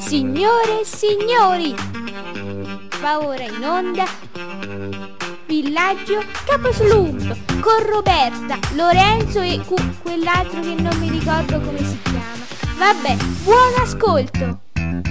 Signore e signori, va ora in onda Villaggio Caposlump con Roberta, Lorenzo e quell'altro che non mi ricordo come si chiama. Vabbè, buon ascolto!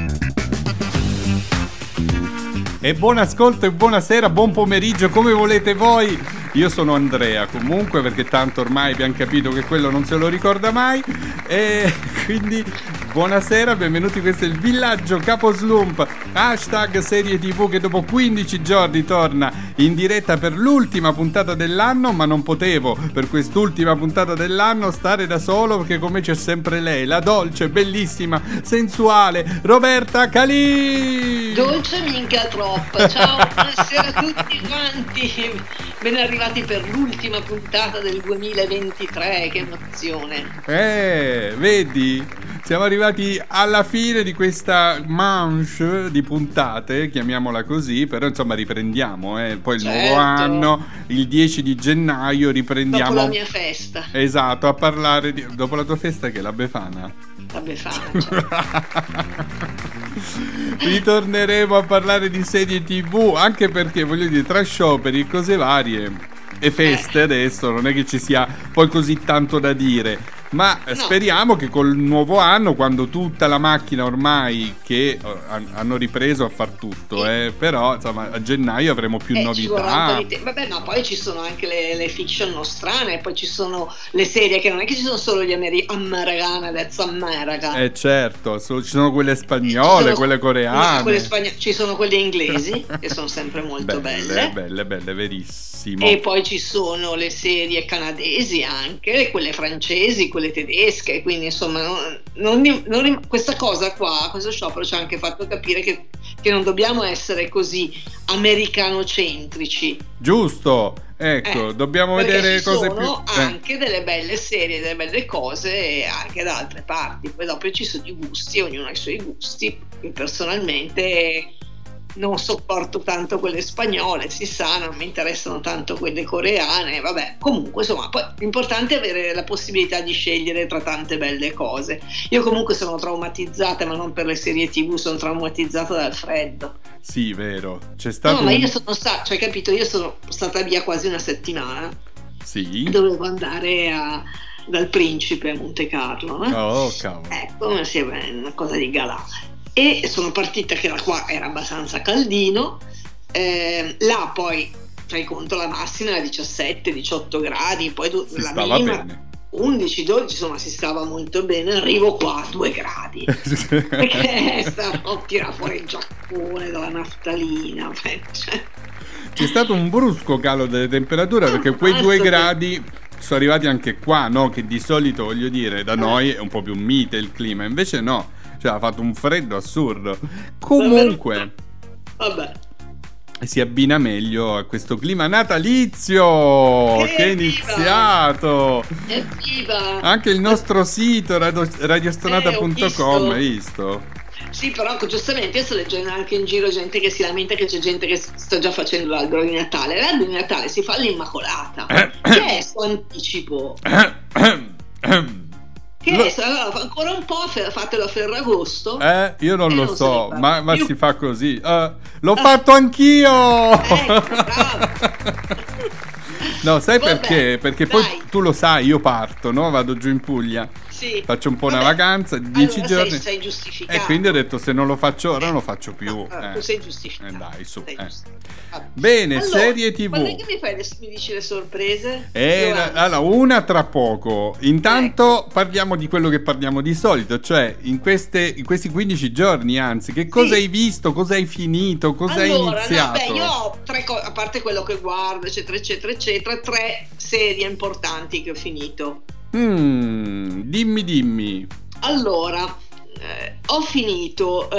E buon ascolto e buonasera, buon pomeriggio, come volete voi. Io sono Andrea comunque, perché tanto ormai abbiamo capito che quello non se lo ricorda mai. E quindi buonasera, benvenuti, questo è il Villaggio Caposlump, hashtag serie TV che dopo 15 giorni torna in diretta per l'ultima puntata dell'anno, ma non potevo per quest'ultima puntata dell'anno stare da solo, perché come c'è sempre lei, la dolce, bellissima, sensuale Roberta Calì. Dolce minchia troppa. Ciao, buonasera a tutti quanti, ben arrivati per l'ultima puntata del 2023, che emozione. Vedi? Siamo arrivati alla fine di questa manche di puntate, chiamiamola così, però insomma riprendiamo, poi il nuovo anno, il 10 di gennaio riprendiamo. Dopo la mia festa. Esatto, a parlare di... Dopo la tua festa che è la Befana? La Befana. Ritorneremo a parlare di serie TV, anche perché voglio dire, tra scioperi e cose varie e feste adesso non è che ci sia poi così tanto da dire. Ma no. Speriamo che col nuovo anno, quando tutta la macchina ormai che hanno ripreso a far tutto, però insomma a gennaio avremo più novità. Vabbè, no, poi ci sono anche le fiction nostrane, poi ci sono le serie, che non è che ci sono solo gli americane, that's America. Certo, ci sono quelle spagnole, quelle coreane. Ci sono quelle inglesi che sono sempre molto belle, verissimo. E poi ci sono le serie canadesi anche, quelle francesi, quelle tedesche, quindi insomma questa cosa qua, questo sciopero ci ha anche fatto capire che non dobbiamo essere così americanocentrici. Giusto, ecco, dobbiamo vedere cose più... Ci sono anche delle belle serie, delle belle cose anche da altre parti, poi dopo ci sono i gusti, ognuno ha i suoi gusti. Io personalmente non sopporto tanto quelle spagnole, si sa, non mi interessano tanto quelle coreane, vabbè, comunque insomma, poi l'importante è avere la possibilità di scegliere tra tante belle cose. Io comunque sono traumatizzata, ma non per le serie TV, sono traumatizzata dal freddo. Sì, vero, c'è stato... No, ma io sono stata, cioè capito, io sono stata via quasi una settimana. Sì. Dovevo andare dal Principe a Monte Carlo, Oh, cavolo. Ecco, una cosa di galà. E sono partita che qua era abbastanza caldino, là poi fai conto la massima era 17-18 gradi, poi la minima 11-12, insomma si stava molto bene. Arrivo qua a 2 gradi perché stavo tirare fuori il giaccone dalla naftalina, cioè. C'è stato un brusco calo delle temperature, perché quei 2 gradi sono arrivati anche qua, no? Che di solito, voglio dire, da noi è un po' più mite il clima, invece no. Cioè ha fatto un freddo assurdo. Comunque vabbè, si abbina meglio a questo clima natalizio che è iniziato. Evviva! Anche il nostro sito radiostonata.com, hai visto? Sì, però giustamente io sto leggendo anche in giro gente che si lamenta che c'è gente che sta già facendo l'albero di Natale. L'albero di Natale si fa all'Immacolata. Che è sto anticipo? Allora, ancora un po', fatelo a Ferragosto. Io non lo so, ma si fa così. L'ho fatto anch'io. Bravo. No, sai perché? Perché poi tu lo sai, io parto, no? Vado giù in Puglia. Sì. Faccio un po' una vacanza di 10 giorni. Sei giustificato. E quindi ho detto, se non lo faccio ora non lo faccio più. Tu sei giustificato. Dai, su. Bene, allora, serie TV. Ma che mi dici le sorprese? Allora, una tra poco. Intanto parliamo di quello che parliamo di solito, cioè in questi 15 giorni, anzi, che cosa hai visto, cosa hai finito, cosa hai iniziato? Io ho 3 cose, a parte quello che guardo, eccetera, eccetera, eccetera, 3 serie importanti che ho finito. Dimmi. Allora, ho finito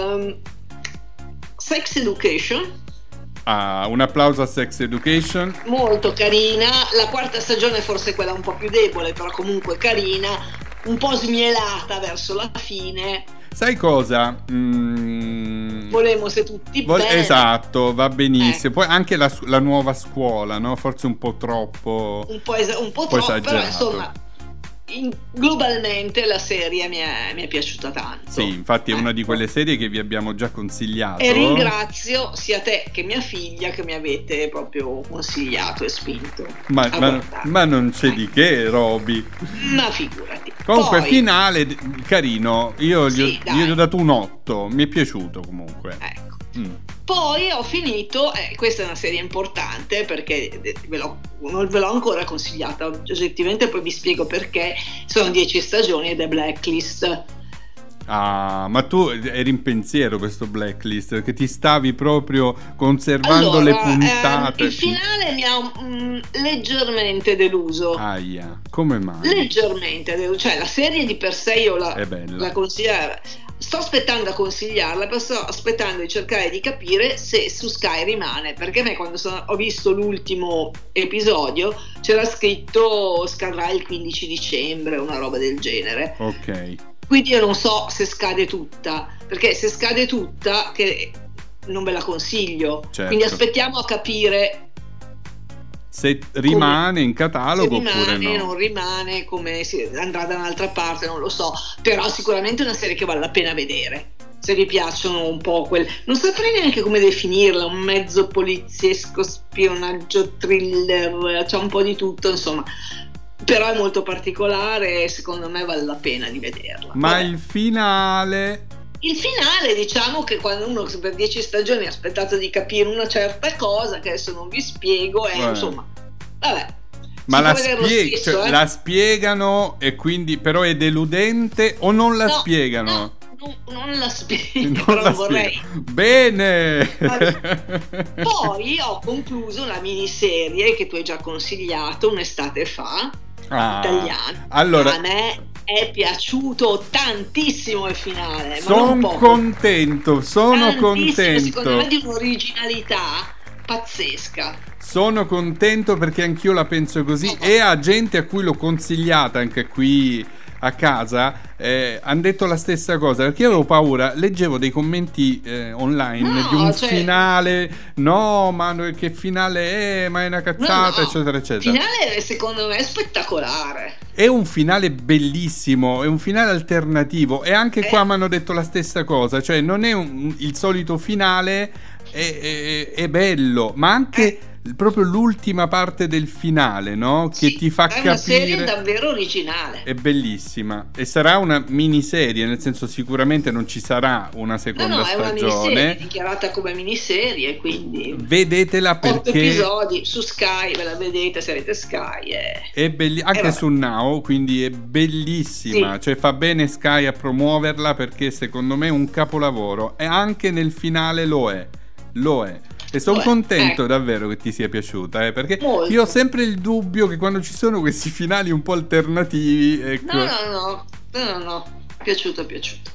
Sex Education. Un applauso a Sex Education. Molto carina. La 4ª stagione forse è quella un po' più debole, però comunque carina, un po' smielata verso la fine. Sai cosa? Volemo se tutti bene. Esatto, va benissimo. Poi anche la nuova scuola, no? Forse un po' troppo. Un po' troppo, esagerato. però insomma globalmente la serie mi è piaciuta tanto. Sì, infatti è una di quelle serie che vi abbiamo già consigliato. E ringrazio sia te che mia figlia che mi avete proprio consigliato e spinto. Ma non c'è di che, Roby. Ma figurati. Comunque, Poi, finale carino. Io gli dai. ho dato un 8. Mi è piaciuto comunque. Ecco. Poi ho finito, questa è una serie importante perché non ve l'ho ancora consigliata oggettivamente, poi vi spiego perché. Sono 10 stagioni ed è Blacklist. Ah, ma tu eri in pensiero questo Blacklist, perché ti stavi proprio conservando le puntate. Il finale mi ha leggermente deluso. Aia, come mai? Leggermente deluso, cioè la serie di per sé io la consiglio. Sto aspettando a consigliarla, però sto aspettando di cercare di capire se su Sky rimane, perché a me quando ho visto l'ultimo episodio c'era scritto scadrà il 15 dicembre, una roba del genere. Ok. Quindi io non so se scade tutta, perché se scade tutta che non ve la consiglio. Certo. Quindi aspettiamo a capire se rimane in catalogo oppure no. Non rimane, come andrà da un'altra parte, non lo so, però sicuramente è una serie che vale la pena vedere se vi piacciono un po' non saprei neanche come definirla, un mezzo poliziesco, spionaggio, thriller, c'è un po' di tutto, insomma, però è molto particolare e secondo me vale la pena di vederla. Ma vabbè. Il finale, diciamo che quando uno per 10 stagioni ha aspettato di capire una certa cosa, che adesso non vi spiego, insomma, vabbè. Ma la spiegano e quindi però è deludente o non la spiegano? No, non la spiego, però vorrei. Bene! Poi ho concluso la miniserie che tu hai già consigliato un'estate fa, italiana. Allora, a me è piaciuto tantissimo il finale. Sono contento. Secondo me di un'originalità pazzesca. Sono contento perché anch'io la penso così e a gente a cui l'ho consigliata anche qui a casa hanno detto la stessa cosa, perché io avevo paura, leggevo dei commenti online di un finale, ma che finale è, ma è una cazzata, eccetera eccetera. Il finale secondo me è spettacolare, è un finale bellissimo, è un finale alternativo e anche qua mi hanno detto la stessa cosa, cioè non è il solito finale, è bello, ma anche proprio l'ultima parte del finale, no? Che ti fa capire. È una serie davvero originale. È bellissima. E sarà una miniserie, nel senso sicuramente non ci sarà una seconda stagione. È una miniserie, dichiarata come miniserie, quindi vedetela perché 8 episodi su Sky, ve la vedete se avete Sky. È anche su Now, quindi è bellissima. Sì. Cioè fa bene Sky a promuoverla perché secondo me è un capolavoro. E anche nel finale lo è. E sono contento davvero che ti sia piaciuta, perché molto. Io ho sempre il dubbio che quando ci sono questi finali un po' alternativi, ecco. No, piaciuto.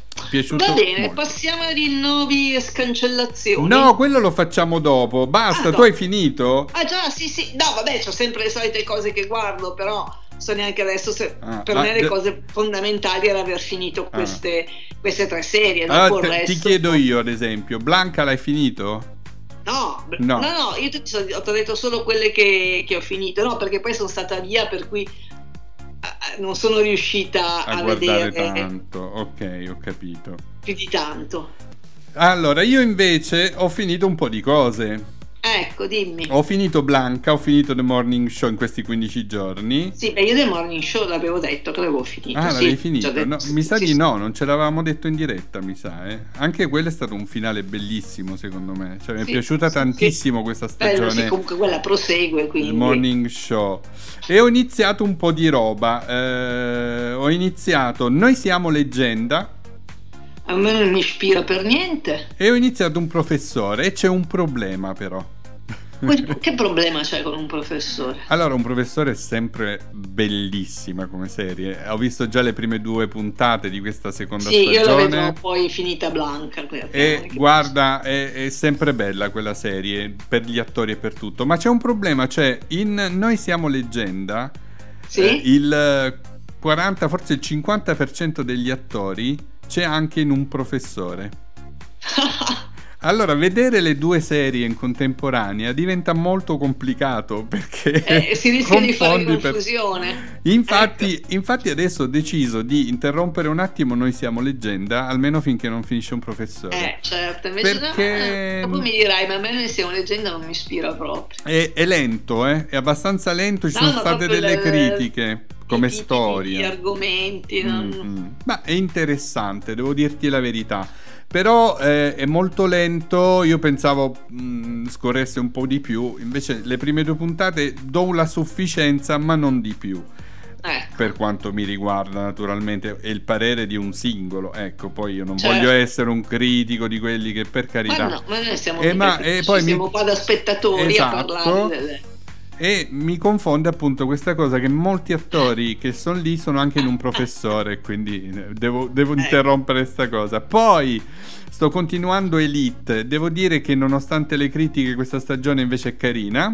Va bene, molto. Passiamo ai rinnovi e scancellazioni. No, quello lo facciamo dopo. Basta, tu hai finito? Ah già, sì. No, vabbè, c'ho sempre le solite cose che guardo, però so neanche adesso se per me le cose fondamentali era aver finito queste 3 serie. Dopo il resto, ti chiedo io, ad esempio, Blanca l'hai finito? No, io ti ho detto solo quelle che ho finito, no, perché poi sono stata via, per cui non sono riuscita a guardare vedere tanto. Ok, ho capito. Più di tanto. Allora, io invece ho finito un po' di cose. Ecco, dimmi. Ho finito Blanca, ho finito The Morning Show in questi 15 giorni. Sì, io The Morning Show l'avevo detto che l'avevo finito. L'avevi finito? No, mi sa di no, non ce l'avevamo detto in diretta, mi sa. Anche quello è stato un finale bellissimo, secondo me. Cioè, mi è piaciuta tantissimo questa stagione. Bello, comunque quella prosegue, quindi. The Morning Show. E ho iniziato un po' di roba. Ho iniziato Noi siamo leggenda. A me non mi ispira per niente. E ho iniziato Un professore. E c'è un problema però. Che problema c'è con Un professore? Allora, Un professore è sempre bellissima come serie. Ho visto già le prime 2 puntate di questa seconda stagione. Sì, io la vedo poi finita Blanca. E guarda, è sempre bella quella serie, per gli attori e per tutto. Ma c'è un problema, in Noi siamo leggenda, il 40, forse il 50% degli attori c'è anche in Un professore. Allora, vedere le due serie in contemporanea diventa molto complicato perché si rischia di fare confondi confusione. Infatti adesso ho deciso di interrompere un attimo Noi siamo leggenda, almeno finché non finisce Un professore. Certo, invece perché dopo mi dirai, ma a me Noi siamo leggenda non mi ispira proprio. È lento, è abbastanza lento, ci sono state delle critiche come storia. Gli argomenti. Ma è interessante, devo dirti la verità. Però è molto lento, io pensavo scorresse un po' di più, invece le prime 2 puntate do la sufficienza ma non di più. Per quanto mi riguarda, naturalmente è il parere di un singolo, ecco, poi io non voglio essere un critico di quelli che, per carità, ma noi siamo siamo qua da spettatori, esatto, a parlare e mi confonde appunto questa cosa che molti attori che sono lì sono anche in Un professore, quindi devo interrompere questa cosa. Poi sto continuando Elite, devo dire che nonostante le critiche questa stagione invece è carina.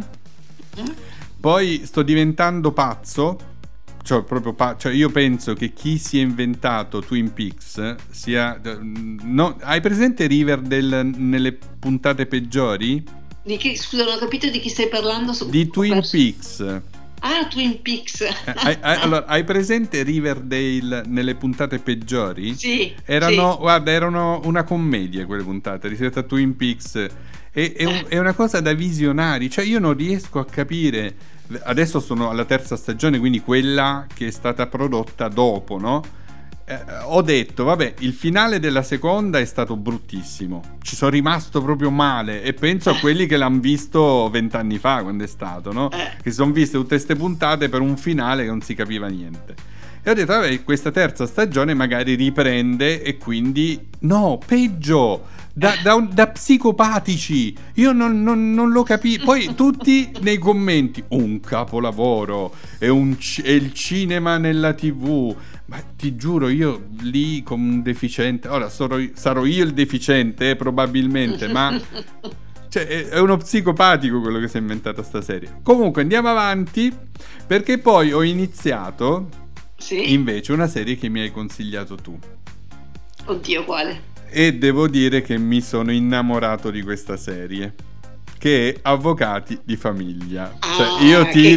Poi sto diventando pazzo, cioè proprio cioè io penso che chi si è inventato Twin Peaks sia hai presente Riverdale nelle puntate peggiori? Scusa, non ho capito di chi stai parlando. Di Twin Peaks. Twin Peaks. Allora, hai presente Riverdale nelle puntate peggiori? Sì. Erano una commedia quelle puntate rispetto a Twin Peaks. È una cosa da visionari. Cioè io non riesco a capire. Adesso sono alla 3ª stagione, quindi quella che è stata prodotta dopo, no? Ho detto, vabbè, il finale della seconda è stato bruttissimo, ci sono rimasto proprio male e penso a quelli che l'hanno visto 20 anni fa, quando è stato, no? Che sono viste tutte queste puntate per un finale che non si capiva niente. E ho detto, vabbè, questa 3ª stagione magari riprende e quindi no, peggio, da psicopatici. Io non lo capisco. Poi tutti nei commenti, un capolavoro, è il cinema nella TV. Ma ti giuro, io lì come un deficiente, ora sarò io il deficiente probabilmente, ma cioè, è uno psicopatico quello che si è inventata sta serie. Comunque andiamo avanti, perché poi ho iniziato invece una serie che mi hai consigliato tu. Oddio, quale? E devo dire che mi sono innamorato di questa serie, che è Avvocati di famiglia. Cioè, io ti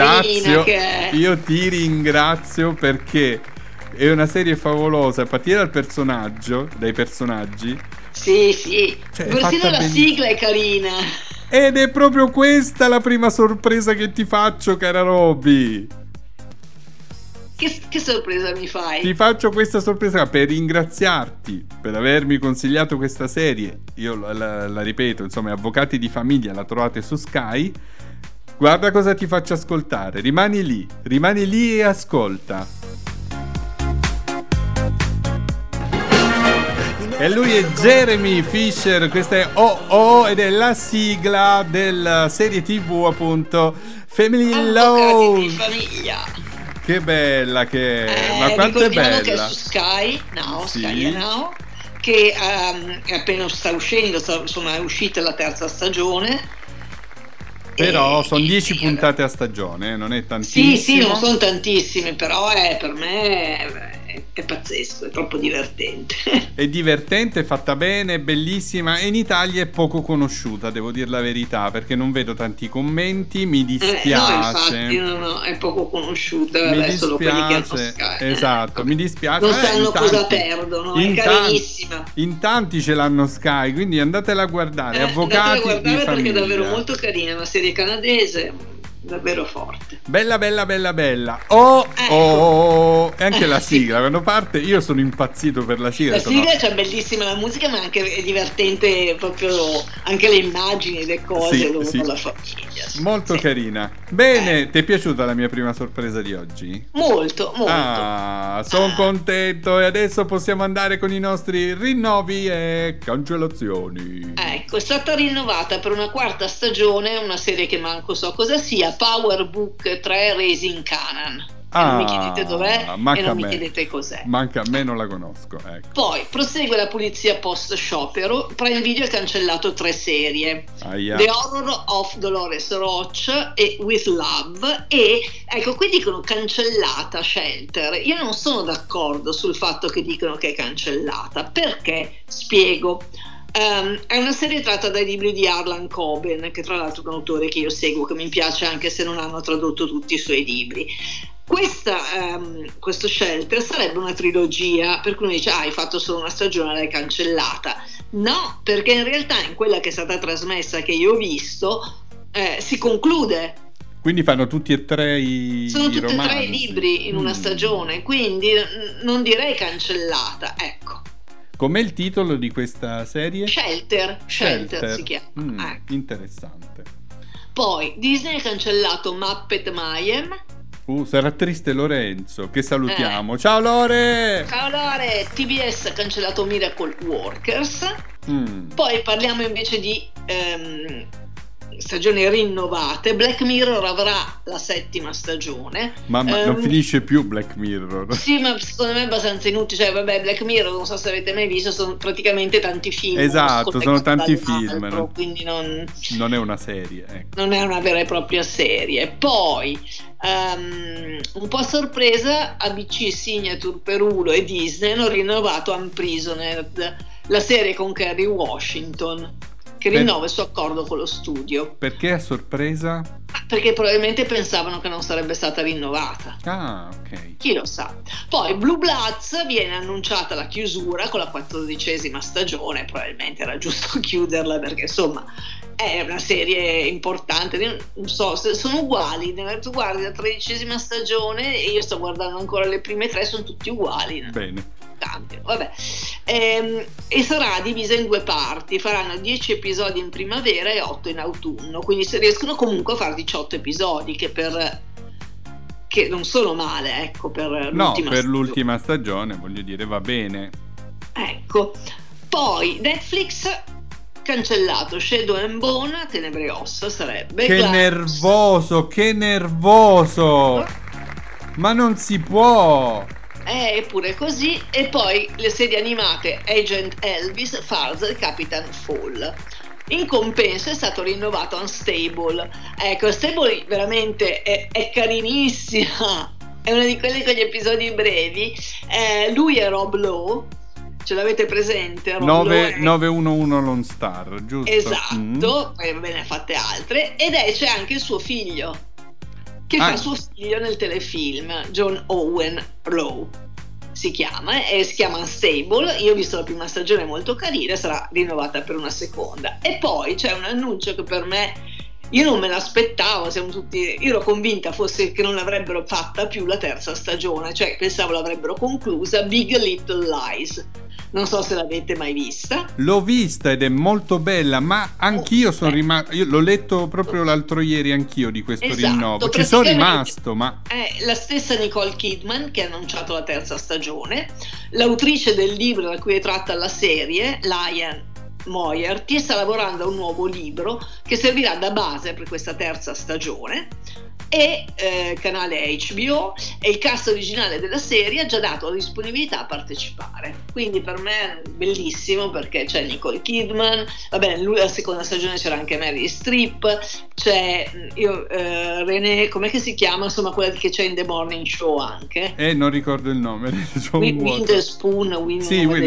ringrazio perché è una serie favolosa a partire dai personaggi. Sì, cioè, persino la sigla è carina. Ed è proprio questa la prima sorpresa che ti faccio, cara Roby. Che sorpresa mi fai? Ti faccio questa sorpresa per ringraziarti per avermi consigliato questa serie. Io la ripeto, insomma, Avvocati di famiglia, la trovate su Sky. Guarda cosa ti faccio ascoltare. Rimani lì e ascolta. E lui è Jeremy Fisher, questa è Oh ed è la sigla della serie TV, appunto, Family Law. Avvocati di famiglia. Che bella che è, ma quanto è bella. Che è su Sky Now, che è appena sta uscendo, insomma è uscita la 3ª stagione. Però sono 10 puntate a stagione, non è tantissimo. Sì, non sono tantissime, però per me è pazzesco, è troppo divertente. È divertente, è fatta bene, è bellissima, e in Italia è poco conosciuta, devo dire la verità, perché non vedo tanti commenti, mi dispiace. No, infatti è poco conosciuta, mi solo quelli che hanno Sky. Esatto, mi dispiace. Non sanno cosa perdono, è carinissima. In tanti ce l'hanno Sky, quindi andatela a guardare, Avvocati di famiglia. Perché è davvero molto carina, una serie canadese davvero forte. Bella. Oh, e anche la sigla quando parte, io sono impazzito per la sigla. La sigla c'è bellissima la musica, ma anche è divertente proprio anche le immagini, le cose con la famiglia. Molto carina. Bene, ti è piaciuta la mia prima sorpresa di oggi? Molto. Sono contento, e adesso possiamo andare con i nostri rinnovi e cancellazioni. Ecco, è stata rinnovata per una 4ª stagione una serie che manco so cosa sia, Power Book 3 Raising Kanan. Non mi chiedete dov'è e non mi chiedete cos'è. Manca a me, non la conosco, ecco. Poi prosegue la pulizia post sciopero. Prime Video ha cancellato 3 serie: The Horror of Dolores Roach e With Love. E ecco, qui dicono cancellata Shelter. Io non sono d'accordo sul fatto che dicono che è cancellata, perché spiego. È una serie tratta dai libri di Harlan Coben, che tra l'altro è un autore che io seguo, che mi piace anche se non hanno tradotto tutti i suoi libri. Questo Shelter sarebbe una trilogia, per cui uno dice hai fatto solo una stagione, l'hai cancellata. No, perché in realtà in quella che è stata trasmessa, che io ho visto, si conclude. Quindi fanno tutti e tre Sono tutti romanzi. e tre i libri in una stagione, quindi non direi cancellata, ecco. Com'è il titolo di questa serie? Shelter si chiama. Ecco. Interessante. Poi Disney ha cancellato Muppet Mayhem. Sarà triste Lorenzo, che salutiamo. Ciao Lore! Ciao Lore! TBS ha cancellato Miracle Workers. Poi parliamo invece di stagioni rinnovate. Black Mirror avrà la 7ª stagione. Ma non finisce più Black Mirror. Sì, ma secondo me è abbastanza inutile. Cioè, vabbè, Black Mirror, non so se avete mai visto, sono praticamente tanti film. Esatto, sono tanti film. Quindi non è una serie. Ecco. Non è una vera e propria serie. Poi, un po' a sorpresa, ABC, Signature, Perulo e Disney hanno rinnovato Unprisoned, la serie con Kerry Washington, che rinnova il suo accordo con lo studio. Perché a sorpresa? Perché probabilmente pensavano che non sarebbe stata rinnovata. Ah, ok. Chi lo sa. Poi Blue Bloods, viene annunciata la chiusura con la 14ª stagione, probabilmente era giusto chiuderla perché insomma è una serie importante. Non so se sono uguali. Tu guardi la 13ª stagione e io sto guardando ancora le prime 3, sono tutti uguali. Bene. Vabbè. E sarà divisa in 2 parti, faranno 10 episodi in primavera e 8 in autunno, quindi se riescono comunque a fare 18 episodi, che non sono male, ecco, per l'ultima stagione, voglio dire, va bene. Ecco. Poi Netflix cancellato Shadow and Bone, Tenebre e Ossa sarebbe. Che nervoso! Ma non si può! Eppure così. E poi le serie animate Agent Elvis, Farza e Capitan Fall. In compenso è stato rinnovato Unstable. Ecco, Unstable veramente è carinissima, è una di quelle con gli episodi brevi. Lui è Rob Lowe, ce l'avete presente? 911 Lone Star, giusto? Esatto. Poi ve ne fate altre. Ed c'è anche il suo figlio, che fa suo figlio nel telefilm, John Owen Lowe si chiama, e si chiama Unstable. Io ho visto la prima stagione, molto carina, sarà rinnovata per una seconda. E poi c'è un annuncio che per me, io non me l'aspettavo, io ero convinta fosse che non l'avrebbero fatta più la 3ª stagione, cioè pensavo l'avrebbero conclusa. Big Little Lies, non so se l'avete mai vista. L'ho vista ed è molto bella, ma anch'io sono rimasto. Io l'ho letto proprio l'altro ieri, anch'io, di questo rinnovo. Ci sono rimasto, ma è la stessa Nicole Kidman che ha annunciato la 3ª stagione, l'autrice del libro da cui è tratta la serie, Liane Moriarty, sta lavorando a un nuovo libro che servirà da base per questa 3ª stagione. E canale HBO, e il cast originale della serie ha già dato la disponibilità a partecipare, quindi per me è bellissimo, perché c'è Nicole Kidman, va bene, lui la 2ª stagione c'era anche Meryl Streep, c'è Renée, com'è che si chiama, insomma quella che c'è in The Morning Show anche, non ricordo il nome. Witherspoon,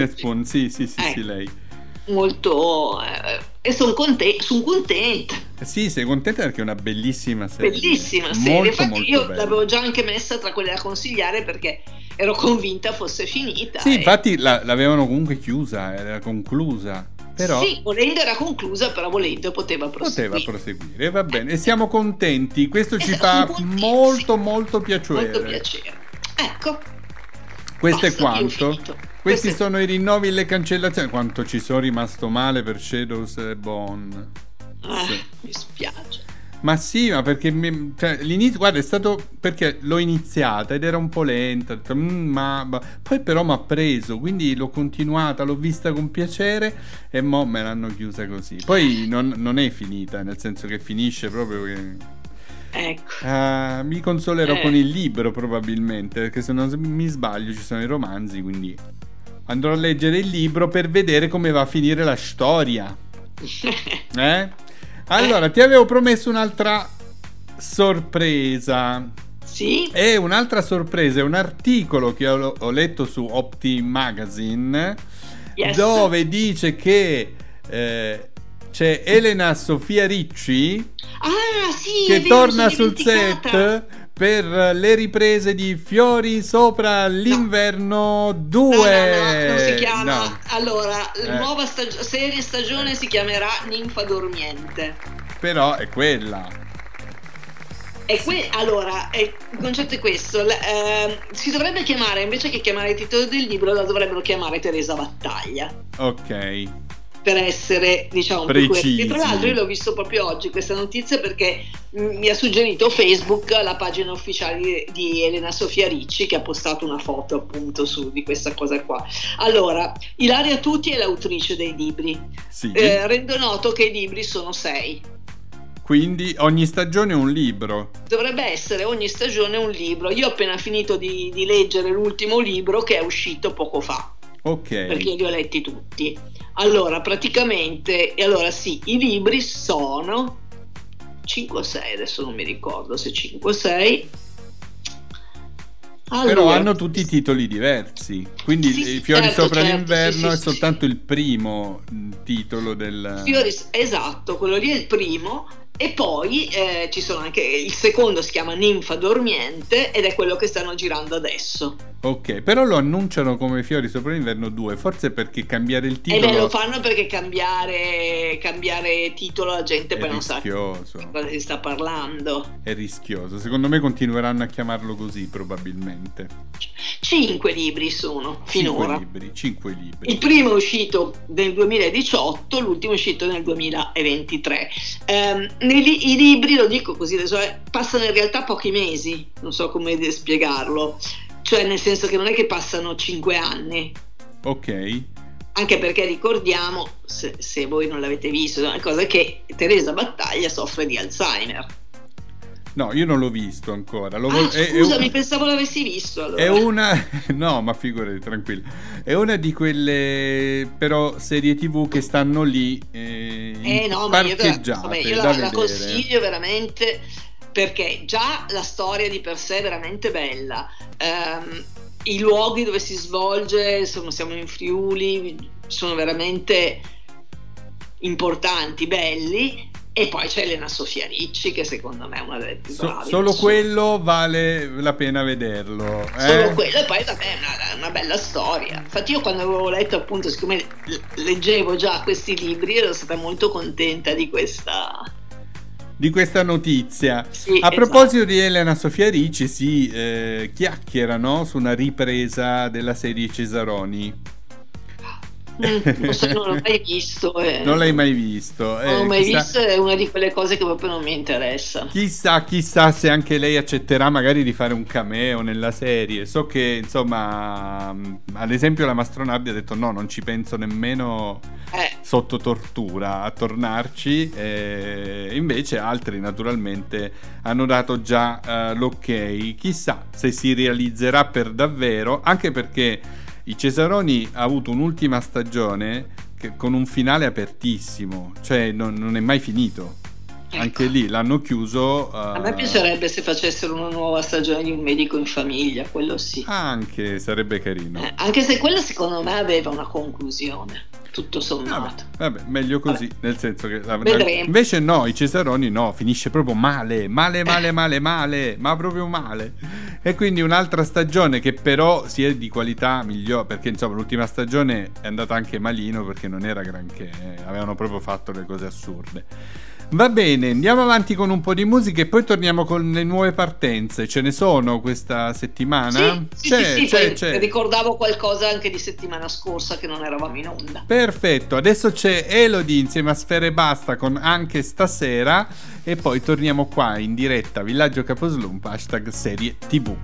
sì, lei molto, e sono contenta. Sì, sei contenta perché è una bellissima serie. Bellissima serie, molto, infatti molto io bella. l'avevo già anche messa tra quelle da consigliare perché ero convinta fosse finita. Sì, infatti l'avevano comunque chiusa, era conclusa. Però sì, volendo era conclusa, però volendo poteva proseguire. Va bene, e siamo contenti. Questo ci fa molto piacere. Molto piacere. Ecco. Questo è quanto? Questi sono i rinnovi e le cancellazioni. Quanto ci sono rimasto male per Shadows e Bone. Sì. Mi spiace. Ma sì, ma perché l'inizio, guarda, è stato perché l'ho iniziata ed era un po' lenta, poi però mi ha preso, quindi l'ho continuata, l'ho vista con piacere e mo me l'hanno chiusa così. Poi non è finita, nel senso che finisce proprio che... Ecco. Mi consolerò con il libro probabilmente, perché se non mi sbaglio ci sono i romanzi, quindi andrò a leggere il libro per vedere come va a finire la storia. Allora, ti avevo promesso un'altra sorpresa. Sì? E un'altra sorpresa è un articolo che ho letto su Opti Magazine, dove dice che c'è Elena Sofia Ricci sì, che è vero, torna sono sul dimenticata. set per le riprese di Fiori sopra l'inverno 2. No, non si chiama. No. Allora, la nuova serie stagione si chiamerà Ninfa Dormiente. Però è quella. Allora, il concetto è questo. Si dovrebbe chiamare, invece che chiamare il titolo del libro, la dovrebbero chiamare Teresa Battaglia. Ok. Per essere, diciamo, precisi. E tra l'altro io l'ho visto proprio oggi questa notizia, perché mi ha suggerito Facebook la pagina ufficiale di Elena Sofia Ricci, che ha postato una foto appunto di questa cosa qua. Allora, Ilaria Tuti è l'autrice dei libri. Sì. Rendo noto che i libri sono 6. Quindi ogni stagione un libro. Dovrebbe essere ogni stagione un libro. Io ho appena finito di leggere l'ultimo libro, che è uscito poco fa. Ok. Perché li ho letti tutti. Allora, praticamente, sì, i libri sono 5 o 6, adesso non mi ricordo se 5 o 6. Allora, però hanno tutti i titoli diversi. Quindi sì, Fiori certo, sopra certo, l'inverno sì, è soltanto il primo titolo del... Esatto, quello lì è il primo. E poi ci sono anche il secondo, si chiama Ninfa Dormiente, ed è quello che stanno girando adesso. Ok, però lo annunciano come Fiori sopra l'inverno 2, forse perché cambiare il titolo... Lo fanno perché cambiare titolo la gente poi non sa di cosa si sta parlando. È rischioso, secondo me continueranno a chiamarlo così probabilmente. 5 libri sono finora. 5 libri. Il primo è uscito nel 2018, l'ultimo è uscito nel 2023. I libri, lo dico così adesso, passano in realtà pochi mesi, non so come spiegarlo, cioè nel senso che non è che passano 5 anni. Ok. Anche perché ricordiamo, se voi non l'avete visto, una cosa è che Teresa Battaglia soffre di Alzheimer. No, io non l'ho visto ancora. Scusami, pensavo l'avessi visto. Allora. È una... No, ma figurati, tranquillo. È una di quelle, però, serie TV che stanno lì parcheggiate. Io la consiglio veramente, perché già la storia di per sé è veramente bella. I luoghi dove si svolge, insomma, siamo in Friuli, sono veramente importanti, belli. E poi c'è Elena Sofia Ricci, che secondo me è una delle più bravi. Solo quello vale la pena vederlo. Solo quello, e poi vabbè, è una bella storia. Infatti io quando avevo letto, appunto, siccome leggevo già questi libri, ero stata molto contenta di questa notizia. Sì, a proposito di Elena Sofia Ricci, si chiacchierano su una ripresa della serie Cesaroni. Non l'ho mai visto. Non l'hai mai visto? Non l'ho mai visto, è una di quelle cose che proprio non mi interessa. Chissà se anche lei accetterà magari di fare un cameo nella serie. So che, insomma, ad esempio la Mastronardi ha detto no, non ci penso nemmeno sotto tortura a tornarci. Invece altri naturalmente hanno dato già l'ok. Chissà se si realizzerà per davvero, anche perché i Cesaroni ha avuto un'ultima stagione con un finale apertissimo, cioè non è mai finito. Anche lì l'hanno chiuso. A me piacerebbe se facessero una nuova stagione di Un medico in famiglia, quello sì. Anche sarebbe carino. Anche se quello secondo me aveva una conclusione, tutto sommato. Vabbè, meglio così, nel senso che vedremo. Invece no, i Cesaroni no, finisce proprio male, ma proprio male. E quindi un'altra stagione che però si è di qualità migliore, perché insomma l'ultima stagione è andata anche malino perché non era granché, avevano proprio fatto le cose assurde. Va bene, andiamo avanti con un po' di musica e poi torniamo con le nuove partenze. Ce ne sono questa settimana? Sì, c'è. Ricordavo qualcosa anche di settimana scorsa che non eravamo in onda. Perfetto, adesso c'è Elodie insieme a Sfera Ebbasta con Anche Stasera e poi torniamo qua in diretta Villaggio Caposlump #serie TV.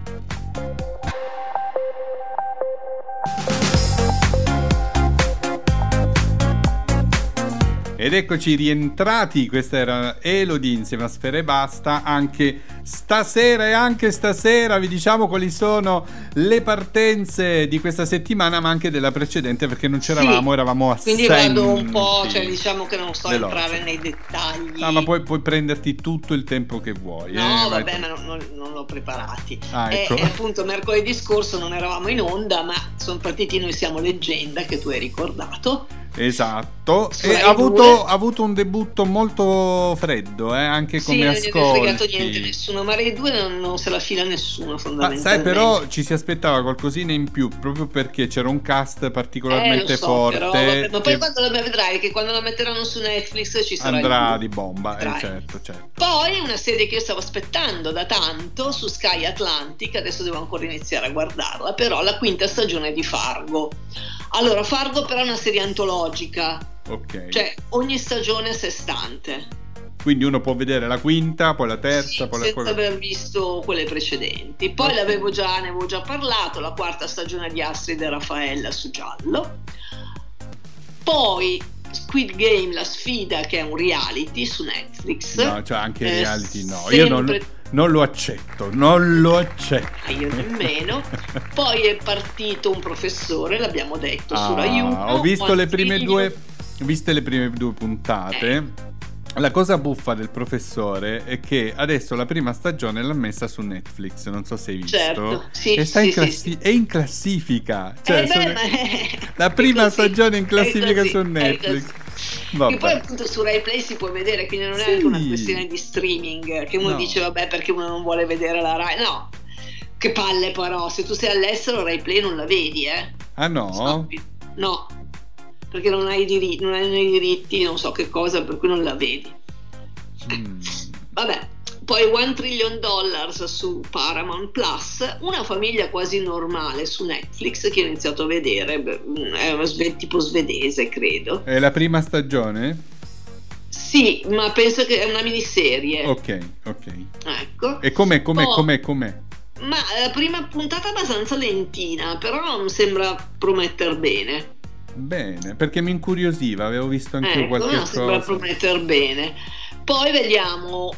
Ed eccoci rientrati, questa era Elodie insieme a Sfera Ebbasta, anche stasera vi diciamo quali sono le partenze di questa settimana ma anche della precedente, perché non c'eravamo, eravamo assenti. Quindi vado un po', cioè diciamo che non sto a entrare nei dettagli. No, ma puoi prenderti tutto il tempo che vuoi. No, vabbè, ma non l'ho preparati. Ecco. E appunto mercoledì scorso non eravamo in onda, ma sono partiti Noi siamo leggenda, che tu hai ricordato. Esatto, Su e Rai ha 2. avuto un debutto molto freddo, anche come Sì, non gliene è fregato niente ascolti. nessuno, ma Rai 2 non se la fila nessuno Ma fondamentalmente. sai, però ci si aspettava qualcosina in più, proprio perché c'era un cast Lo particolarmente so, però, vabbè, forte ma poi che quando la vedrai che quando la metteranno su Netflix ci sarà andrà il di bomba, vedrai. certo. Poi una serie che io stavo aspettando da tanto su Sky Atlantic, adesso devo ancora iniziare a guardarla, però la quinta stagione di Fargo. Allora, Fargo però è una serie antologica, Ok. cioè ogni stagione a sé stante. Quindi uno può vedere la quinta, poi la terza, Sì, poi senza aver visto quelle precedenti. Poi Ok. ne avevo già parlato, la quarta stagione di Astrid e Raffaella su Giallo. Poi Squid Game, la sfida, che è un reality su Netflix. No, cioè anche reality no. Sempre... Io non lo accetto, non lo accetto. Io nemmeno. Poi è partito un professore, l'abbiamo detto, su Rai 1. Ho visto le prime Quantriglio. due puntate. La cosa buffa del professore è che adesso la prima stagione l'ha messa su Netflix, non so se hai visto. Certo, sì, e sta sì. è in classifica. Cioè, la È prima così, stagione in classifica è su così, Netflix. E Vabbè. poi appunto su Rai Play si può vedere, quindi non è Sì. anche una questione di streaming, che uno No. dice vabbè perché uno non vuole vedere la Rai. No, che palle però, se tu sei all'estero Rai Play non la vedi, Ah no? Sappi. No, perché non hai i diritti, non so che cosa, per cui non la vedi. Vabbè, poi $1 trillion su Paramount Plus, Una famiglia quasi normale su Netflix che ho iniziato a vedere, è tipo svedese credo. È la prima stagione? Sì, ma penso che è una miniserie. Ok. Ecco. E com'è? Ma la prima puntata è abbastanza lentina, però non sembra prometter bene. Bene, perché mi incuriosiva, avevo visto anche io qualche no, sembra cosa. prometter bene. Poi vediamo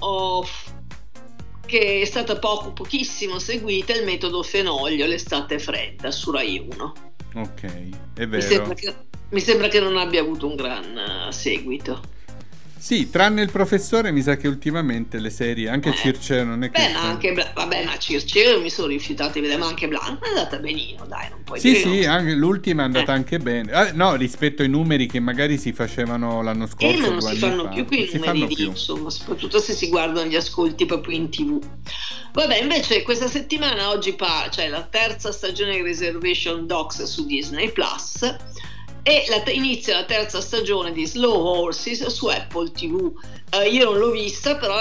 che è stata pochissimo seguita Il metodo Fenoglio, l'estate fredda su Rai 1. Ok, è vero. Mi sembra che non abbia avuto un gran seguito. Sì, tranne il professore, mi sa che ultimamente le serie, anche Circe non è che... Beh, ma anche ma Circe mi sono rifiutato di vedere, ma anche Blanca è andata benino, dai, non puoi Sì, dire sì, no. anche l'ultima è andata anche bene. No, rispetto ai numeri che magari si facevano l'anno scorso. Ma non 2 si anni fanno fa. più quei numeri lì, insomma, soprattutto se si guardano gli ascolti proprio in TV. Vabbè, invece questa settimana oggi c'è la terza stagione di Reservation Dogs su Disney Plus e inizia la terza stagione di Slow Horses su Apple TV. Io non l'ho vista, però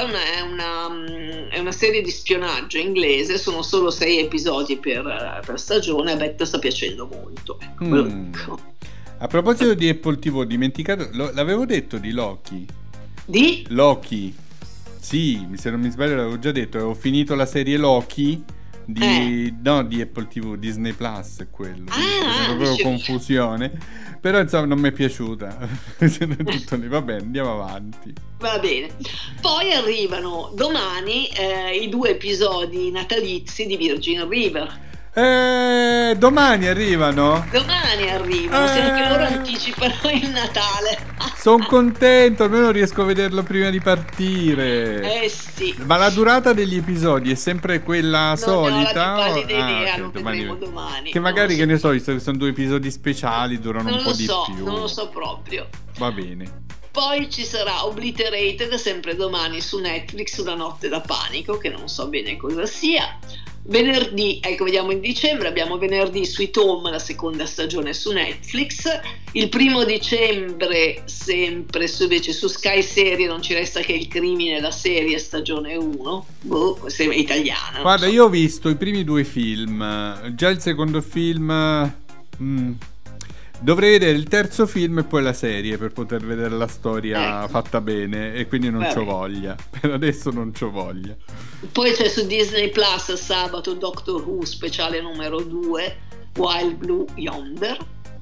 è una serie di spionaggio inglese, sono solo 6 episodi per stagione, a Betta sta piacendo molto. Ecco. A proposito di Apple TV, ho dimenticato, l'avevo detto di Loki. Di? Loki. Sì, se non mi sbaglio l'avevo già detto, avevo finito la serie Loki di Apple TV, Disney Plus è quello. C'è proprio confusione. Però insomma non mi è piaciuta. Tutto lì. Va bene, andiamo avanti. Va bene. Poi arrivano domani i 2 episodi natalizi di Virgin River. Domani arrivano? Domani arrivano, se anche loro anticipano il Natale. Sono contento, almeno riesco a vederlo prima di partire. Sì. Ma la durata degli episodi è sempre quella solita? Non ho la più pallida idea, ok, lo vedremo domani. Che magari, che ne so, visto che sono 2 episodi speciali, durano un po' di più. Non lo so proprio. Va bene. Poi ci sarà Obliterated, sempre domani su Netflix, Una notte da panico, che non so bene cosa sia. Venerdì, ecco, vediamo in dicembre, abbiamo venerdì Sweet Home, la seconda stagione su Netflix. Il 1 dicembre, sempre invece su Sky Serie, non ci resta che Il crimine, la serie, stagione 1. Questa è italiana. Guarda, io ho visto i primi 2 film, già il secondo film... Dovrei vedere il terzo film e poi la serie per poter vedere la storia fatta bene, e quindi non c'ho voglia. Per adesso non c'ho voglia. Poi c'è su Disney Plus sabato Doctor Who speciale numero 2, Wild Blue Yonder.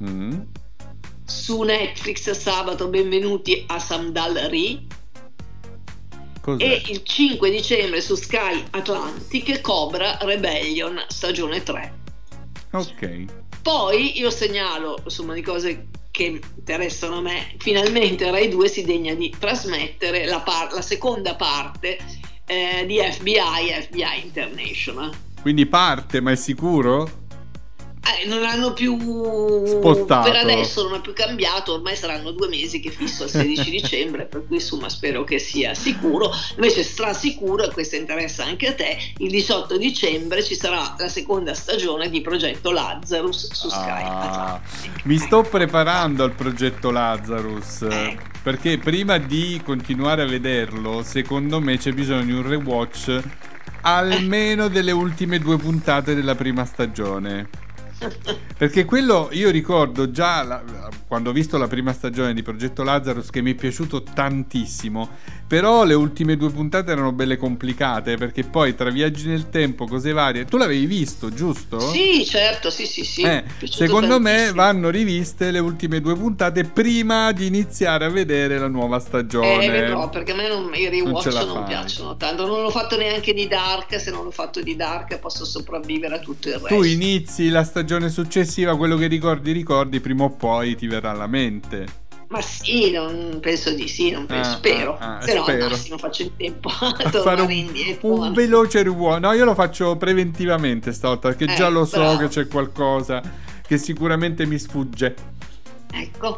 Su Netflix sabato Benvenuti a Samdal-Ri. Cos'è? E il 5 dicembre su Sky Atlantic Cobra Rebellion stagione 3. Ok. Poi io segnalo, insomma, di cose che interessano a me. Finalmente Rai 2 si degna di trasmettere la seconda parte di FBI International. Quindi parte, ma è sicuro? Non hanno più spostato. Per adesso non è più cambiato, ormai saranno 2 mesi che fisso il 16 dicembre, per cui insomma spero che sia sicuro. Invece strasicuro, e questo interessa anche a te, il 18 dicembre ci sarà la seconda stagione di Progetto Lazarus su Sky. Mi sto preparando al Progetto Lazarus, perché prima di continuare a vederlo, secondo me c'è bisogno di un rewatch almeno delle ultime 2 puntate della prima stagione. Perché quello io ricordo già quando ho visto la prima stagione di Progetto Lazarus, che mi è piaciuto tantissimo, però le ultime 2 puntate erano belle complicate, perché poi tra viaggi nel tempo, cose varie. Tu l'avevi visto, giusto? Sì, certo, sì. Secondo me vanno riviste le ultime 2 puntate prima di iniziare a vedere la nuova stagione. No, perché a me i rewatch non piacciono tanto. Non l'ho fatto neanche di Dark. Se non l'ho fatto di Dark posso sopravvivere a tutto il resto. Tu inizi la stagione successiva, quello che ricordi, prima o poi ti verrà alla mente. Ma sì, non penso di sì, non penso, spero. Se no, al massimo faccio in tempo a tornare indietro. Un veloce rewatch. No, io lo faccio preventivamente stavolta, perché già lo so che c'è qualcosa che sicuramente mi sfugge. Ecco.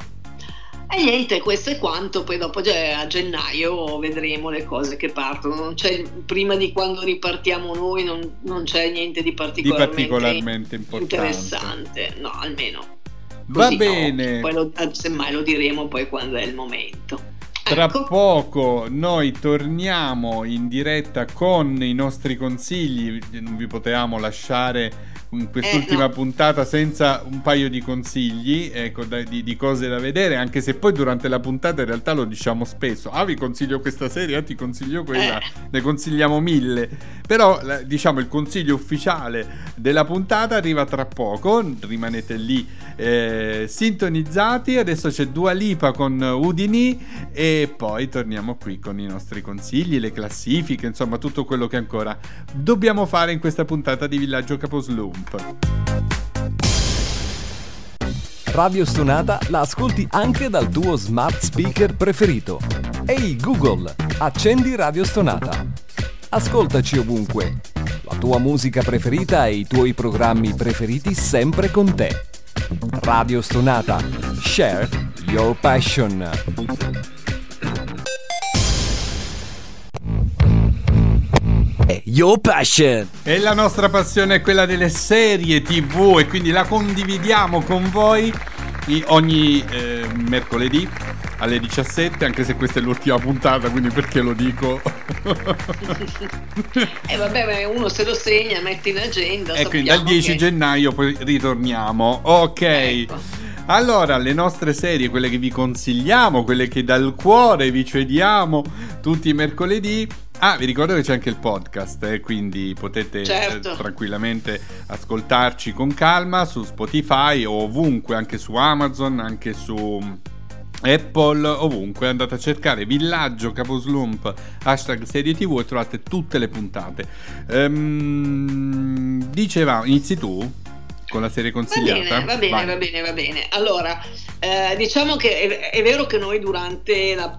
E niente, questo è quanto. Poi dopo a gennaio vedremo le cose che partono. Non c'è, prima di quando ripartiamo noi non c'è niente di particolarmente interessante. No, almeno. Va bene. Poi semmai lo diremo poi quando è il momento. Tra poco noi torniamo in diretta con i nostri consigli. Non vi potevamo lasciare in quest'ultima puntata senza un paio di consigli, ecco, di cose da vedere, anche se poi durante la puntata in realtà lo diciamo spesso. Vi consiglio questa serie, ti consiglio quella, ne consigliamo 1000, però diciamo il consiglio ufficiale della puntata arriva tra poco, rimanete lì sintonizzati. Adesso c'è Dua Lipa con Houdini e poi torniamo qui con i nostri consigli, le classifiche, insomma tutto quello che ancora dobbiamo fare in questa puntata di Villaggio Caposlump. Radio Stonata la ascolti anche dal tuo smart speaker preferito. Ehi Google, accendi Radio Stonata. Ascoltaci ovunque. La tua musica preferita e i tuoi programmi preferiti sempre con te. Radio Stonata. Share your passion. Your passion. E la nostra passione è quella delle serie TV e quindi la condividiamo con voi ogni mercoledì alle 17, anche se questa è l'ultima puntata, quindi perché lo dico? Vabbè, uno se lo segna, mette in agenda. E quindi dal 10 gennaio poi ritorniamo. Ok. Ecco. Allora, le nostre serie, quelle che vi consigliamo, quelle che dal cuore vi cediamo tutti i mercoledì. Vi ricordo che c'è anche il podcast, quindi potete tranquillamente ascoltarci con calma su Spotify o ovunque, anche su Amazon, anche su Apple, ovunque. Andate a cercare Villaggio Caposlump #serie TV e trovate tutte le puntate. Dicevamo, inizi tu con la serie consigliata? Va bene. Allora, diciamo che è vero che noi durante la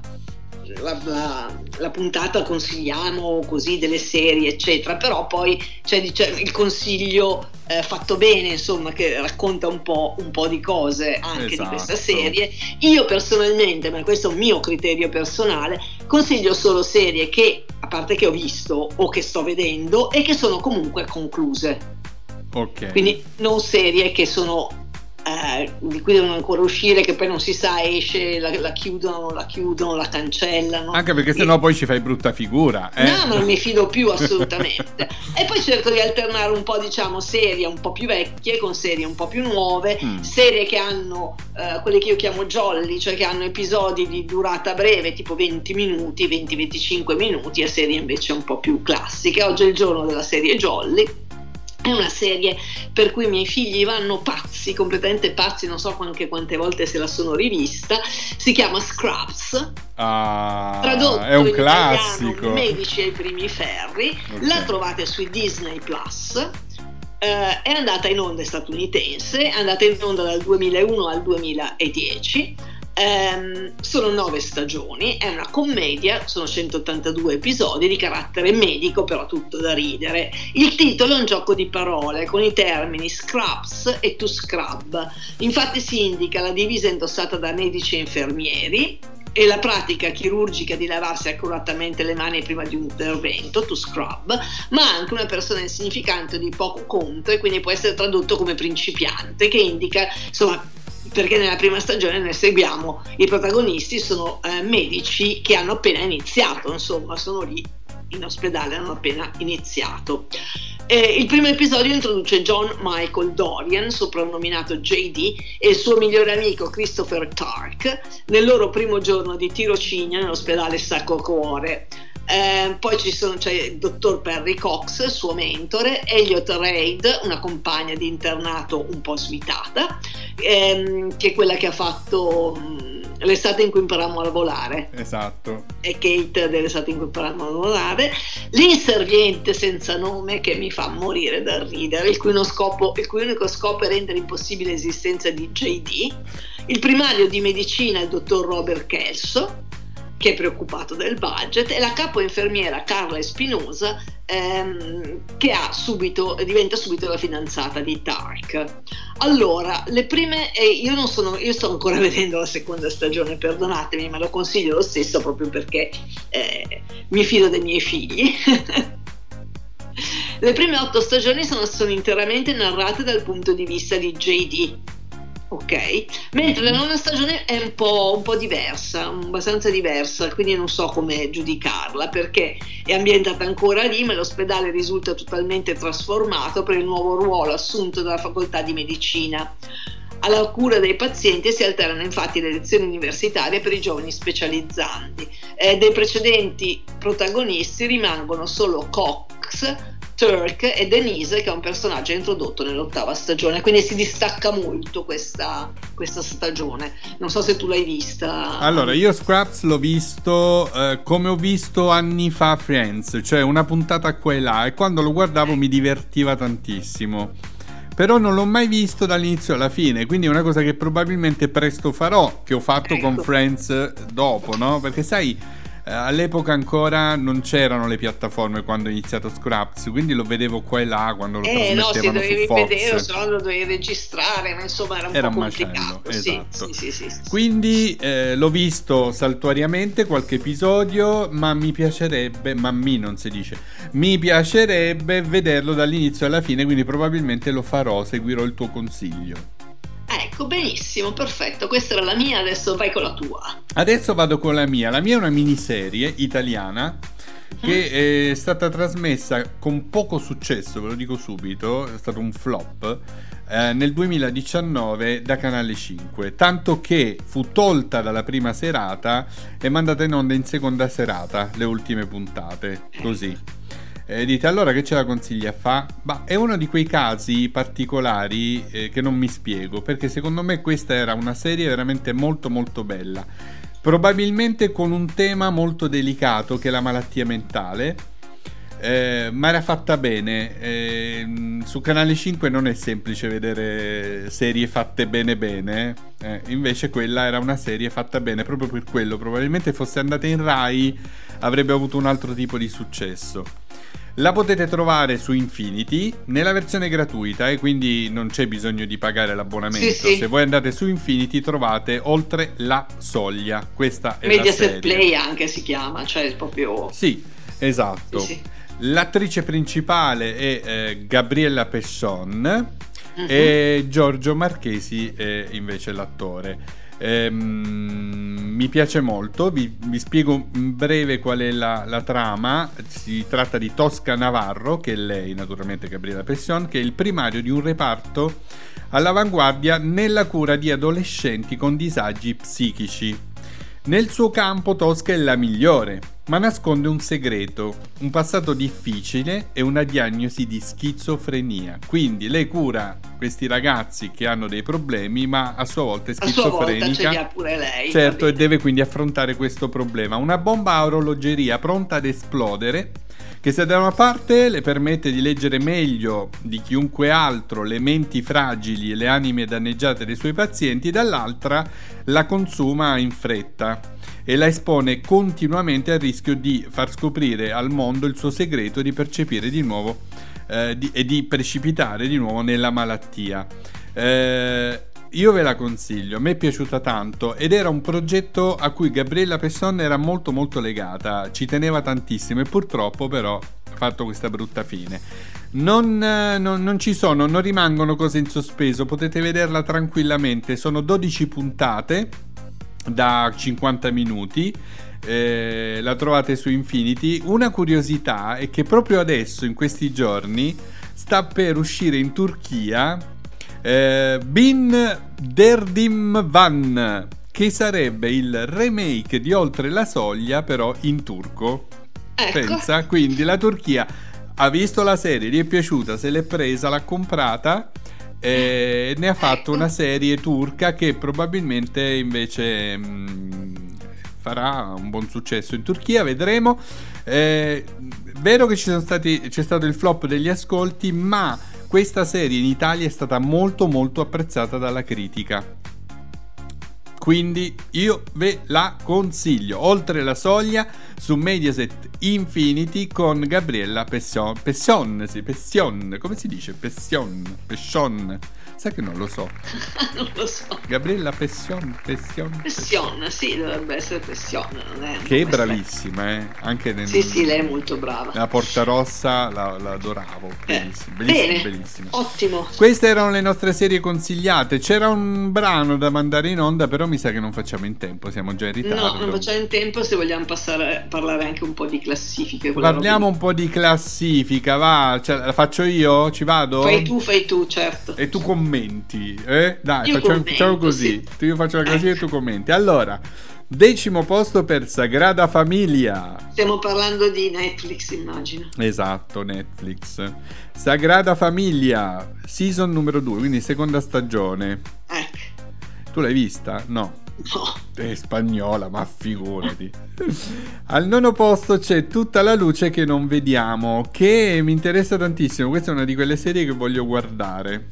puntata consigliamo così delle serie eccetera, però poi c'è il consiglio fatto bene, insomma, che racconta un po' di cose anche di questa serie. Io personalmente, ma questo è un mio criterio personale, consiglio solo serie che, a parte che ho visto o che sto vedendo, e che sono comunque concluse. Quindi non serie che sono di cui devono ancora uscire, che poi non si sa, esce, la chiudono, la cancellano, anche perché sennò poi ci fai brutta figura. No, ma non mi fido più assolutamente. E poi cerco di alternare un po', diciamo, serie un po' più vecchie con serie un po' più nuove, serie che hanno quelle che io chiamo jolly, cioè che hanno episodi di durata breve, tipo 20 minuti, 20-25 minuti, e serie invece un po' più classiche. Oggi è il giorno della serie jolly. È una serie per cui i miei figli vanno pazzi, completamente pazzi, non so anche quante volte se la sono rivista. Si chiama Scrubs, tradotto è un in classico, italiano, Medici ai primi ferri. La trovate su Disney Plus. È andata in onda, è statunitense, è andata in onda dal 2001 al 2010. Sono 9 stagioni, è una commedia, sono 182 episodi di carattere medico, però tutto da ridere. Il titolo è un gioco di parole con i termini scrubs e to scrub. Infatti si indica la divisa indossata da medici e infermieri e la pratica chirurgica di lavarsi accuratamente le mani prima di un intervento, to scrub, ma anche una persona insignificante o di poco conto, e quindi può essere tradotto come principiante, che indica, insomma, perché nella prima stagione ne seguiamo i protagonisti, sono medici che hanno appena iniziato, insomma, sono lì in ospedale, hanno appena iniziato. Il primo episodio introduce John Michael Dorian, soprannominato JD, e il suo migliore amico Christopher Tark nel loro primo giorno di tirocinio nell'ospedale Sacro Cuore. Poi c'è il dottor Perry Cox, suo mentore, Elliot Reid, una compagna di internato un po' svitata, che è quella che ha fatto l'estate in cui imparammo a volare. Esatto. È Kate dell'estate in cui imparammo a volare. L'inserviente senza nome, che mi fa morire dal ridere, il cui unico scopo è rendere impossibile l'esistenza di JD. Il primario di medicina, il dottor Robert Kelso, che è preoccupato del budget, e la capo infermiera Carla Espinosa, che diventa subito la fidanzata di Tark. Allora, le prime, io sto ancora vedendo la seconda stagione, perdonatemi, ma lo consiglio lo stesso proprio perché mi fido dei miei figli. Le prime 8 stagioni sono interamente narrate dal punto di vista di JD. Ok, mentre la nona stagione è un po' diversa, abbastanza diversa, quindi non so come giudicarla, perché è ambientata ancora lì, ma l'ospedale risulta totalmente trasformato per il nuovo ruolo assunto dalla facoltà di medicina. Alla cura dei pazienti si alternano infatti le lezioni universitarie per i giovani specializzanti. Dei precedenti protagonisti rimangono solo Cox, Turk e Denise, che è un personaggio introdotto nell'8ª stagione, quindi si distacca molto questa stagione. Non so se tu l'hai vista. Allora, io Scraps l'ho visto come ho visto anni fa Friends, cioè una puntata qua e là, e quando lo guardavo mi divertiva tantissimo. Però non l'ho mai visto dall'inizio alla fine, quindi è una cosa che probabilmente presto farò, che ho fatto con Friends dopo, no? Perché sai, all'epoca ancora non c'erano le piattaforme quando ho iniziato Scraps, quindi lo vedevo qua e là quando lo trasmettevano se dovevi su Fox. Vedere, se no lo dovevi registrare, ma insomma era un po' complicato. Esatto. Sì. Quindi l'ho visto saltuariamente qualche episodio, ma mi piacerebbe vederlo dall'inizio alla fine, quindi probabilmente lo farò, seguirò il tuo consiglio. Ecco, benissimo, perfetto, questa era la mia, adesso vai con la tua. Adesso vado con la mia è una miniserie italiana che è stata trasmessa con poco successo, ve lo dico subito, è stato un flop, nel 2019 da Canale 5, tanto che fu tolta dalla prima serata e mandata in onda in seconda serata, le ultime puntate, così. Dite, allora che ce la consigli a fa? Ma è uno di quei casi particolari che non mi spiego, perché secondo me questa era una serie veramente molto molto bella, probabilmente con un tema molto delicato che è la malattia mentale, ma era fatta bene. Su Canale 5 non è semplice vedere serie fatte bene, invece quella era una serie fatta bene proprio per quello. Probabilmente fosse andata in Rai avrebbe avuto un altro tipo di successo. La potete trovare su Infinity nella versione gratuita, e quindi non c'è bisogno di pagare l'abbonamento. Sì. Se voi andate su Infinity trovate Oltre la soglia. Questa è Mediaset la serie. Play anche si chiama, cioè proprio. Sì, esatto. Sì. L'attrice principale è Gabriella Pesson, e Giorgio Marchesi è invece l'attore. Mi piace molto, vi spiego in breve qual è la trama. Si tratta di Tosca Navarro, che è lei naturalmente, Gabriella Pesson, che è il primario di un reparto all'avanguardia nella cura di adolescenti con disagi psichici. Nel suo campo Tosca è la migliore, ma nasconde un segreto, un passato difficile e una diagnosi di schizofrenia. Quindi lei cura questi ragazzi che hanno dei problemi, ma a sua volta è schizofrenica. A sua volta ce li ha pure lei. Certo, e deve quindi affrontare questo problema. Una bomba a orologeria pronta ad esplodere che se da una parte le permette di leggere meglio di chiunque altro le menti fragili e le anime danneggiate dei suoi pazienti, dall'altra la consuma in fretta e la espone continuamente al rischio di far scoprire al mondo il suo segreto e di percepire di nuovo e di precipitare di nuovo nella malattia. Io ve la consiglio, a me è piaciuta tanto ed era un progetto a cui Gabriella Pesson era molto molto legata, ci teneva tantissimo e purtroppo però ha fatto questa brutta fine. Non ci sono, non rimangono cose in sospeso, potete vederla tranquillamente, sono 12 puntate da 50 minuti. La trovate su Infinity. Una curiosità è che proprio adesso, in questi giorni, sta per uscire in Turchia Bin Derdim Van, che sarebbe il remake di Oltre la soglia però in turco. Ecco. Pensa, quindi la Turchia ha visto la serie, gli è piaciuta, se l'è presa, l'ha comprata, ne ha fatto una serie turca che probabilmente invece farà un buon successo in Turchia, vedremo. Vero che c'è stato il flop degli ascolti, ma questa serie in Italia è stata molto molto apprezzata dalla critica, quindi io ve la consiglio. Oltre la soglia su Mediaset Infinity con Gabriella Pesson, come si dice? Pesson. Sai che non lo so. Non lo so. Gabriella Pesson, sì, dovrebbe essere Pesson, non è? Che è bravissima, anche sì, lei è molto brava. La Portarossa la adoravo, bellissima. Ottimo. Queste erano le nostre serie consigliate. C'era un brano da mandare in onda, però mi sa che non facciamo in tempo, siamo già in ritardo. No, non facciamo in tempo, se vogliamo parlare anche un po' di classifiche. Parliamo un po' di classifica, va, la faccio io? Ci vado? Fai tu, certo. E tu commenti, Dai, facciamo così. Sì. Io faccio la classifica e tu commenti. Allora, 10° posto per Sagrada Familia. Stiamo parlando di Netflix, immagino. Esatto, Netflix. Sagrada Familia, season numero 2, quindi seconda stagione. Ecco. Tu l'hai vista? No. No. È spagnola, ma figurati. Al 9° posto c'è Tutta la luce che non vediamo, che mi interessa tantissimo. Questa è una di quelle serie che voglio guardare.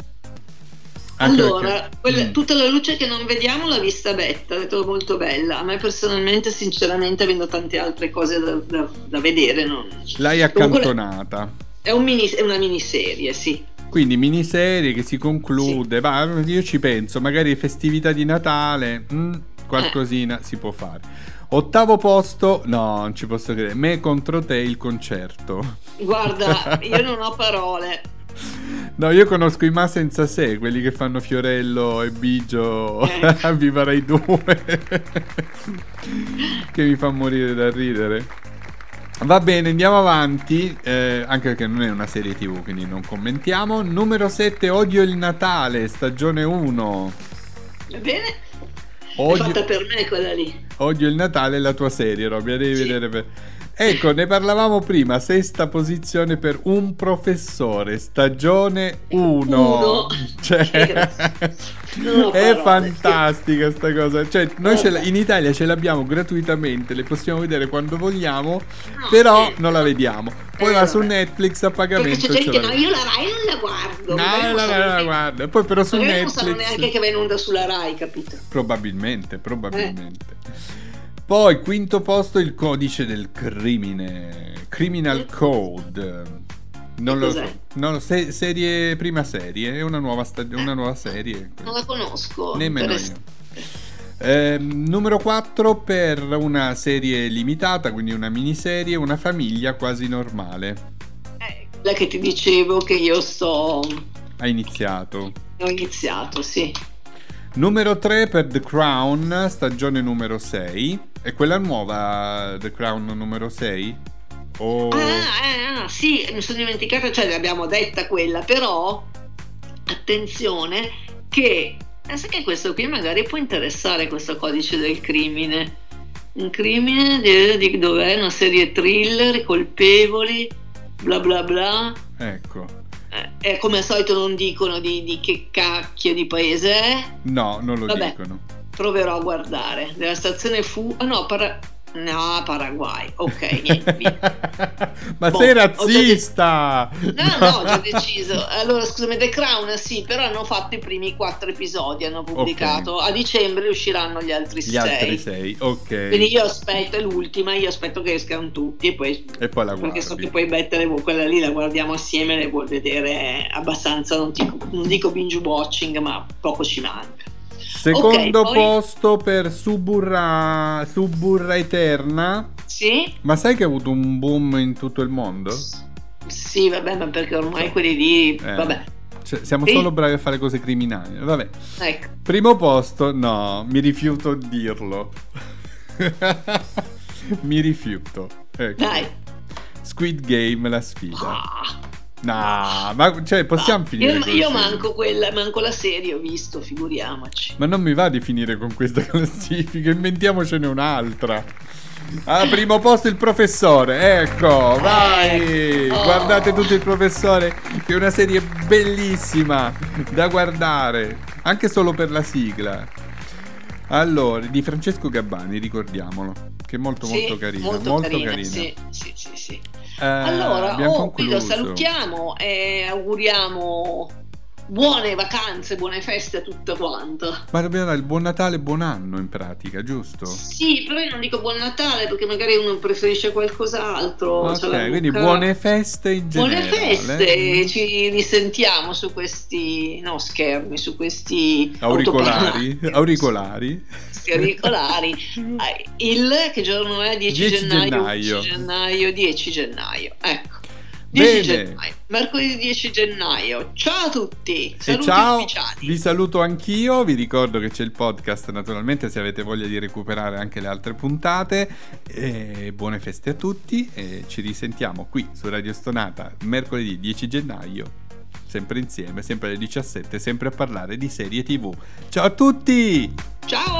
Allora, Tutta la luce che non vediamo l'ha vista Betta, l'ho trovato molto bella. A me personalmente, sinceramente, avendo tante altre cose da vedere, non... L'hai accantonata. È una miniserie, sì. Quindi miniserie che si conclude, sì. Ma io ci penso, magari festività di Natale, qualcosina si può fare. 8° posto, no, non ci posso credere, Me contro te il concerto. Guarda, io non ho parole. No, io conosco i Ma senza sé, quelli che fanno Fiorello e Bigio a Viva Rai 2, che mi fa morire da ridere. Va bene, andiamo avanti, anche perché non è una serie TV, quindi non commentiamo. Numero 7, Odio il Natale, stagione 1. Va bene? È fatta per me quella lì. Odio il Natale è la tua serie, Robby, devi vedere Ecco, ne parlavamo prima, 6ª posizione per Un professore, stagione 1. Cioè, è fantastica sta cosa. Cioè, noi in Italia ce l'abbiamo gratuitamente, le possiamo vedere quando vogliamo, però non la vediamo. Poi va su Netflix a pagamento. Perché c'è gente che io la Rai non la guardo. No, la guardo. Poi però su Netflix non sanno neanche che va in onda sulla Rai, capito? Probabilmente. Poi 5° posto, Il codice del crimine, Criminal Code. Non lo so. Prima serie, è una nuova serie. Non la conosco. Nemmeno io. Numero 4 per una serie limitata, quindi una miniserie, Una famiglia quasi normale. Quella che ti dicevo che io Hai iniziato. Ho iniziato, sì. Numero 3 per The Crown, stagione numero 6. È quella nuova, The Crown numero 6? Sì, mi sono dimenticata, cioè l'abbiamo detta quella, però attenzione che sai che questo qui magari può interessare, questo codice del crimine. Un crimine di dov'è? Una serie thriller, colpevoli, bla bla bla. Ecco. Come al solito non dicono di che cacchio di paese è. No, non lo dicono. Proverò a guardare. Della stazione No, Paraguay, ok, niente. Ma sei razzista! No, ho già deciso. Allora, scusami, The Crown sì, però hanno fatto i primi 4 episodi, hanno pubblicato. Okay. A dicembre usciranno gli altri 6. Gli altri 6, ok. Quindi io aspetto, è l'ultima, io aspetto che escano tutti e poi la guardi. Perché so che puoi mettere quella lì, la guardiamo assieme, le vuol vedere abbastanza, non dico binge watching, ma poco ci manca. Secondo poi... posto per Suburra Eterna. Sì. Ma sai che ha avuto un boom in tutto il mondo? Sì, vabbè, ma perché ormai quelli lì, vabbè. Cioè, siamo solo bravi a fare cose criminali. Vabbè. Ecco. Primo posto, no, mi rifiuto di dirlo. Mi rifiuto. Ecco. Dai. Squid Game, la sfida. Ah. No, ma cioè possiamo finire così? Io manco la serie, ho visto, figuriamoci. Ma non mi va di finire con questa classifica, inventiamocene un'altra. Al primo posto il professore, ecco, vai! Guardate tutto il professore, che è una serie bellissima da guardare, anche solo per la sigla. Allora, di Francesco Gabbani, ricordiamolo, che è molto carina, molto carina. Sì. Allora, qui lo salutiamo e auguriamo buone vacanze, buone feste a tutto quanto. Ma dobbiamo dare il buon Natale e buon anno in pratica, giusto? Sì, però io non dico buon Natale perché magari uno preferisce qualcos'altro. Ok, quindi buone feste in generale. Buone feste, ci risentiamo su questi schermi, su questi auricolari. Che giorno è? 10 gennaio. 10 gennaio, ecco. 10 gennaio, mercoledì 10 gennaio. Ciao a tutti. Saluti ciao, ufficiali. Vi saluto anch'io. Vi ricordo che c'è il podcast, naturalmente, se avete voglia di recuperare anche le altre puntate. E buone feste a tutti. E ci risentiamo qui su Radio Stonata mercoledì 10 gennaio. Sempre insieme, sempre alle 17, sempre a parlare di serie TV. Ciao a tutti! Ciao!